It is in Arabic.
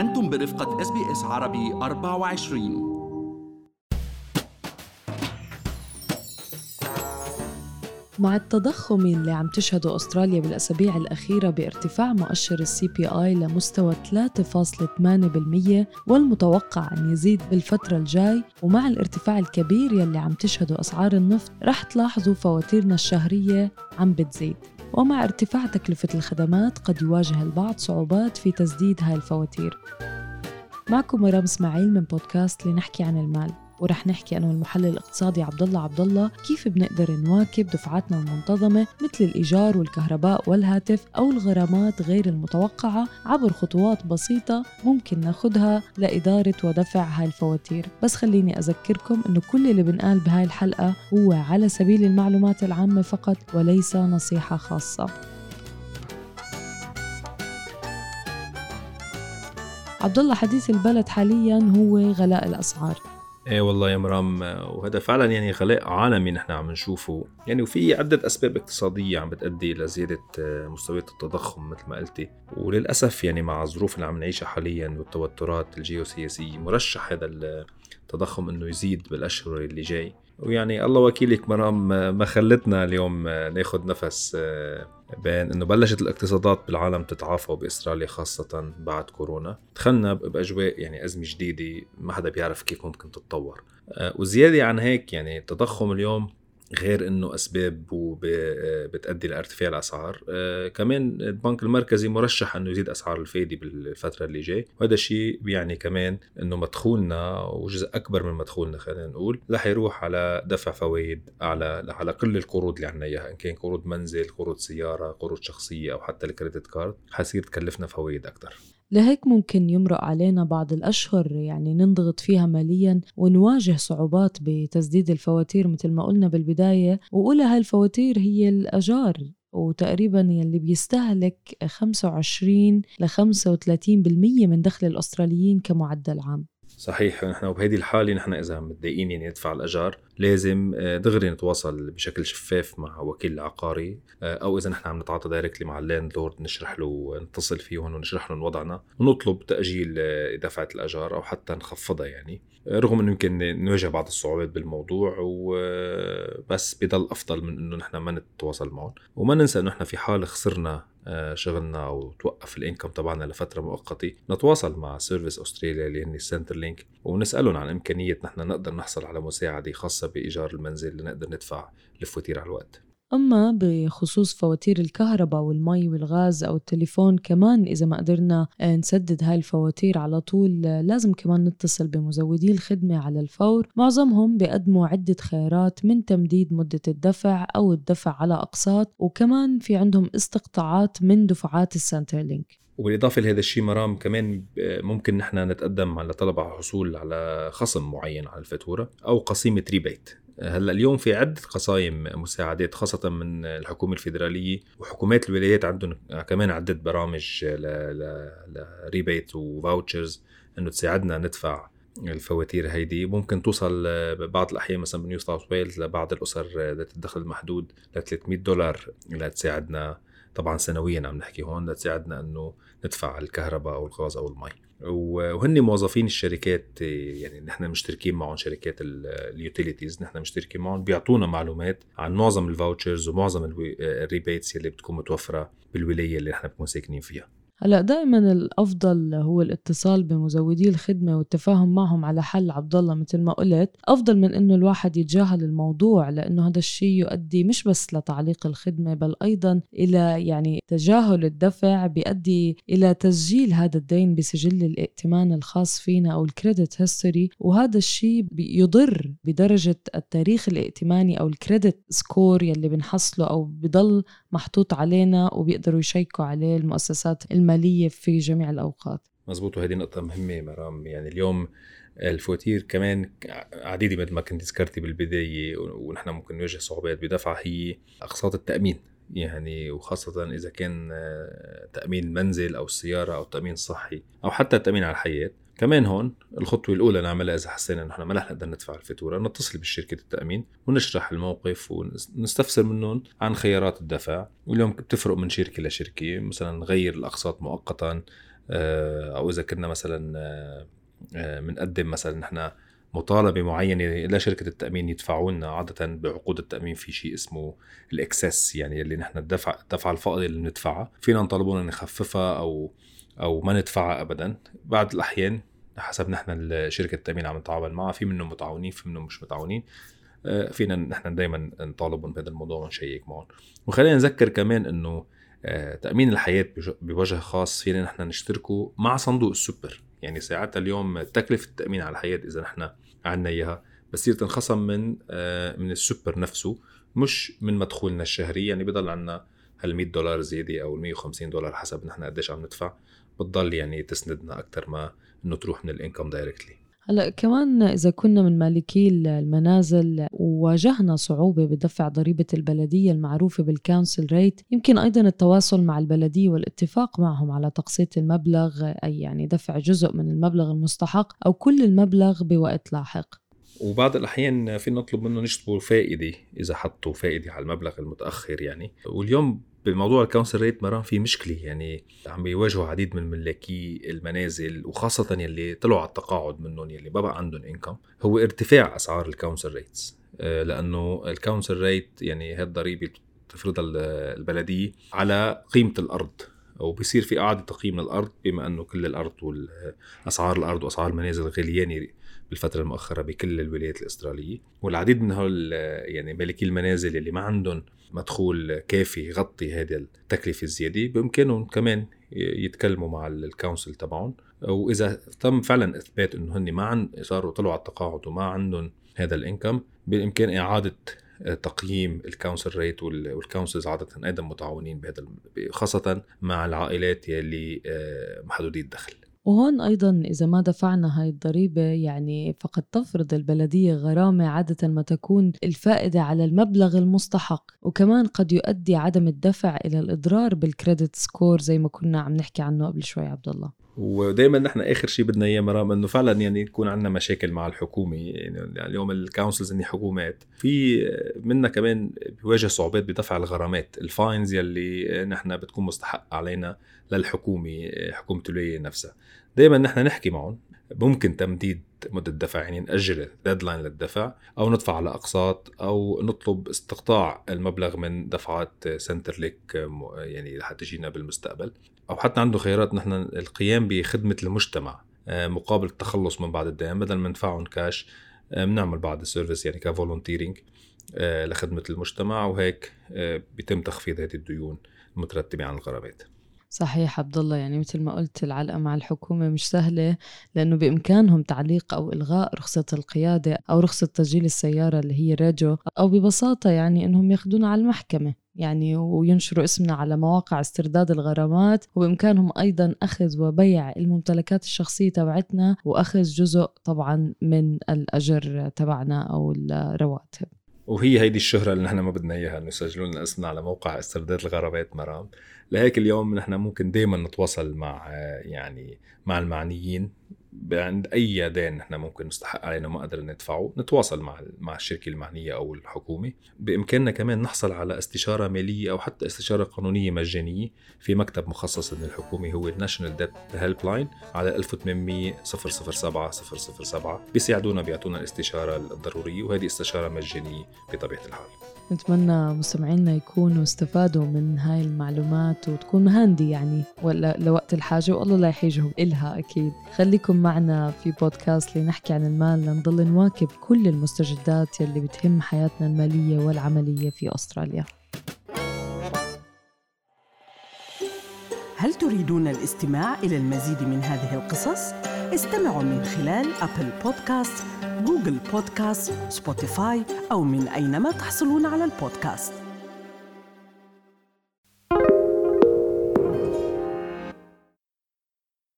أنتم برفقة SBS عربي 24. مع التضخم اللي عم تشهده أستراليا بالأسابيع الأخيرة بارتفاع مؤشر CPI لمستوى 3.8% والمتوقع أن يزيد بالفترة الجاي، ومع الارتفاع الكبير يلي عم تشهده أسعار النفط رح تلاحظوا فواتيرنا الشهرية عم بتزيد. ومع ارتفاع تكلفة الخدمات قد يواجه البعض صعوبات في تسديد هاي الفواتير. معكم مرام اسماعيل من بودكاست لنحكي عن المال، ورح نحكي أنا والمحلل الاقتصادي عبدالله كيف بنقدر نواكب دفعاتنا المنتظمة مثل الإيجار والكهرباء والهاتف أو الغرامات غير المتوقعة عبر خطوات بسيطة ممكن ناخدها لإدارة ودفع هاي الفواتير. بس خليني أذكركم إنه كل اللي بنقال بهاي الحلقة هو على سبيل المعلومات العامة فقط وليس نصيحة خاصة. عبدالله، حديث البلد حالياً هو غلاء الأسعار. ايه والله يا مرام، وهذا فعلا يعني غلاء عالمي نحن عم نشوفه يعني، وفي عدة أسباب اقتصادية عم بتؤدي إلى زيادة مستويات التضخم مثل ما قلتي، وللأسف يعني مع الظروف اللي عم نعيشها حاليا والتوترات الجيوسياسية مرشح هذا التضخم إنه يزيد بالأشهر اللي جاي. ويعني الله وكيلك مرام، ما خلتنا اليوم ناخد نفس بين انه بلشت الاقتصادات بالعالم تتعافى وبأستراليا خاصة بعد كورونا دخلنا بأجواء يعني أزمة جديدة ما حدا بيعرف كيف ممكن تتطور. وزيادة عن هيك يعني التضخم اليوم غير انه اسباب بتؤدي لارتفاع الاسعار، كمان البنك المركزي مرشح انه يزيد اسعار الفايدة بالفترة اللي جاي، وهذا الشيء يعني كمان انه مدخولنا وجزء اكبر من مدخولنا خلينا نقول رح يروح على دفع فوائد اعلى على كل القروض اللي عنا اياها، ان كان قروض منزل، قروض سيارة، قروض شخصية او حتى الكريدت كارد، حيصير تكلفنا فوائد اكتر. لهيك ممكن يمرق علينا بعض الأشهر يعني ننضغط فيها مالياً ونواجه صعوبات بتسديد الفواتير مثل ما قلنا بالبداية. وأولى هاي الفواتير هي الأجار، وتقريباً يلي بيستهلك 25 ل 35% من دخل الأستراليين كمعدل عام. صحيح، نحن وبهذه الحالة نحن إذا متضايقين يعني ندفع الأجار لازم دغري نتواصل بشكل شفاف مع وكيل العقاري، أو إذا نحن عم نتعاطى دايركتلي مع اللاندلورد نشرح له، نتصل فيهم ونشرح لهم وضعنا ونطلب تأجيل دفعة الأجار أو حتى نخفضها يعني، رغم أنه يمكن نواجه بعض الصعوبات بالموضوع، وبس بيضل أفضل من أنه نحن ما نتواصل معهم. وما ننسى أنه نحن في حال خسرنا شغلنا أو توقف الإنكم تبعنا لفترة مؤقتة نتواصل مع سيرفيس أستراليا اللي هن سنتر لينك ونسألهم عن إمكانية نحن نقدر نحصل على مساعدة خاصة بإيجار المنزل لنقدر ندفع الفواتير على الوقت. أما بخصوص فواتير الكهرباء والمي والغاز أو التليفون كمان، إذا ما قدرنا نسدد هاي الفواتير على طول لازم كمان نتصل بمزودي الخدمة على الفور. معظمهم بيقدموا عدة خيارات من تمديد مدة الدفع أو الدفع على أقساط، وكمان في عندهم استقطاعات من دفعات السنتر لينك. وبالإضافة لهذا الشيء مرام كمان ممكن نحن نتقدم على طلب على حصول على خصم معين على الفاتورة أو قسيمة ريبيت. هلأ اليوم في عدة قصايم مساعدات خاصة من الحكومة الفيدرالية، وحكومات الولايات عندهم كمان عدة برامج لريبيت وفاوتشرز إنه تساعدنا ندفع الفواتير هيدي. ممكن توصل ببعض الأحيان مثلا بنيو ساوث ويلز لبعض الأسر ذات الدخل المحدود $300 لتساعدنا، طبعا سنويا عم نحكي هون، لتساعدنا انه ندفع الكهرباء او الغاز او المي. وهن موظفين الشركات يعني نحن مشتركين معهم، شركات اليوتيليتيز نحن مشتركين معهم، بيعطونا معلومات عن معظم الفاوتشرز ومعظم الريبيتس اللي بتكون متوفرة بالولاية اللي نحن بنكون ساكنين فيها. هلأ دائما الأفضل هو الاتصال بمزودي الخدمة والتفاهم معهم على حل. عبدالله مثل ما قلت أفضل من أنه الواحد يتجاهل الموضوع، لأنه هذا الشيء يؤدي مش بس لتعليق الخدمة بل أيضا إلى يعني تجاهل الدفع بيؤدي إلى تسجيل هذا الدين بسجل الائتمان الخاص فينا أو الكريدت هيستوري، وهذا الشيء يضر بدرجة التاريخ الائتماني أو الكريدت سكور يلي بنحصله أو بضل محطوط علينا وبيقدروا يشيكوا عليه المؤسسات المالية في جميع الأوقات. مزبوط، وهذه نقطة مهمة مرام. يعني اليوم الفواتير كمان عديدة مثل ما كنت ذكرتي بالبداية، ونحن ممكن نواجه صعوبات بدفعها، هي أقساط التأمين يعني، وخاصة إذا كان تأمين منزل أو السيارة أو التأمين الصحي أو حتى التأمين على الحياة. كمان هون الخطوة الأولى نعملها إذا حسينا إنه إحنا ما رح نقدر ندفع الفاتورة، نتصل بالشركة التأمين ونشرح الموقف ونستفسر منهم عن خيارات الدفع. واليوم بتفرق من شركة لشركة، مثلا نغير الأقساط مؤقتا، أو إذا كنا مثلا منقدم مثلا نحن مطالبة معينة لشركة التأمين يدفعوا لنا. عادة بعقود التأمين في شيء اسمه الإكسس، يعني اللي نحن الدفع الفائضة اللي ندفعها فينا نطالبونا نخففها أو ما ندفعها أبدا. بعض الأحيان حسب نحن شركة التأمين عم نتعامل معها، في منهم متعاونين في منهم مش متعاونين، فينا نحن دايما نطالبهم بهذا الموضوع ونشيك معهم. وخلينا نذكر كمان إنه تأمين الحياة بوجه خاص فينا نحن نشتركه مع صندوق السوبر. يعني ساعتها اليوم تكلفة التأمين على الحياة إذا نحن عنا إياها بصير تنخصم من السوبر نفسه، مش من مدخولنا الشهري. يعني بضل عنا $100 زيادة أو $150 حسب نحن قديش عم ندفع، بتضل يعني تسندنا أكتر ما إنه تروح من الإنكم دايركتلي. هلا كمان إذا كنا من مالكي المنازل وواجهنا صعوبة بدفع ضريبة البلدية المعروفة بالكونسل ريت، يمكن أيضا التواصل مع البلدية والاتفاق معهم على تقسيط المبلغ، أي يعني دفع جزء من المبلغ المستحق أو كل المبلغ بوقت لاحق. وبعض الأحيان في نطلب منه نشتبوا فائدة إذا حطوا فائدة على المبلغ المتأخر يعني. واليوم بالموضوع الكونسل ريت مرام في مشكلة، يعني عم بيواجهوا عديد من ملاكي المنازل وخاصة يلي طلعوا على التقاعد منهم يلي بقى عندهم إنكم، هو ارتفاع أسعار الكونسل ريتس. لأنه الكونسل ريت يعني هذه الضريبة تفرضها البلدية على قيمة الأرض، وبيصير في إعادة تقييم الأرض بما أنه كل الأرض والأسعار الأرض وأسعار المنازل غليانة بالفترة المؤخرة بكل الولايات الأسترالية. والعديد من يعني مالكي المنازل اللي ما عندهم مدخول كافي يغطي هذه التكلفة الزيادة بإمكانهم كمان يتكلموا مع الكونسل تبعهم، وإذا تم فعلا إثبات إنه هني ما صاروا طلعوا على التقاعد وما عندهم هذا الإنكم، بالإمكان إعادة تقييم الكونسل ريت. والكونسلز عادة أيضا متعاونين بهذا، خاصة مع العائلات يلي محدودي الدخل. وهون أيضاً إذا ما دفعنا هاي الضريبة يعني فقد تفرض البلدية غرامة عادة ما تكون الفائدة على المبلغ المستحق، وكمان قد يؤدي عدم الدفع إلى الإضرار بالكريدت سكور زي ما كنا عم نحكي عنه قبل شوي عبد الله. ودائما نحن آخر شيء بدنا إياه مرام إنه فعلا يعني يكون عندنا مشاكل مع الحكومة. يعني اليوم الكونسلز إني حكومات في منا كمان بيواجه صعوبات بدفع الغرامات الفاينز يلي نحن بتكون مستحق علينا للحكومة، حكومة الولاية نفسها. دائما نحن نحكي معهم ممكن تمديد مدة الدفع، يعني نأجل ديدلاين للدفع أو ندفع على أقساط أو نطلب استقطاع المبلغ من دفعات سنترليك يعني رح تجينا بالمستقبل، أو حتى عنده خيارات نحن القيام بخدمة المجتمع مقابل التخلص من بعض الدين بدل ما ندفعهم كاش. بنعمل بعض السيرفيس يعني كفولونتيرينج لخدمة المجتمع، وهيك بيتم تخفيض هذه الديون المترتبة عن الغرامات. صحيح عبد الله، يعني مثل ما قلت العلاقة مع الحكومة مش سهلة، لأنه بإمكانهم تعليق أو إلغاء رخصة القيادة أو رخصة تسجيل السيارة اللي هي ريجو، أو ببساطة يعني إنهم ياخدونا على المحكمة يعني وينشروا اسمنا على مواقع استرداد الغرامات. وبإمكانهم أيضا أخذ وبيع الممتلكات الشخصية تبعتنا وأخذ جزء طبعا من الأجر تبعنا أو الرواتب. وهي هيدي الشهرة اللي نحن ما بدنا إياها، إنه يسجلوا لنا اسمنا على موقع استرداد الغرامات مرام. لهيك اليوم نحن ممكن دايما نتواصل مع المعنيين عند أي دين نحن ممكن نستحق علينا ما قدر ندفعه، نتواصل مع الشركة المعنية أو الحكومة. بإمكاننا كمان نحصل على استشارة مالية أو حتى استشارة قانونية مجانية في مكتب مخصص من الحكومة هو الناشونال ديت هيلب لاين على 1800-007-007. بيساعدونا بيعطونا الاستشارة الضرورية، وهذه استشارة مجانية بطبيعة الحال. نتمنى مستمعينا يكونوا استفادوا من هاي المعلومات وتكون هاندي يعني ولا لوقت الحاجة، والله لا يحيجهم إلها أكيد. خليكم معنا في بودكاست لنحكي عن المال، لنضل نواكب كل المستجدات يلي بتهم حياتنا المالية والعملية في أستراليا. هل تريدون الاستماع إلى المزيد من هذه القصص؟ استمعوا من خلال أبل بودكاست، جوجل بودكاست، سبوتيفاي أو من أينما تحصلون على البودكاست.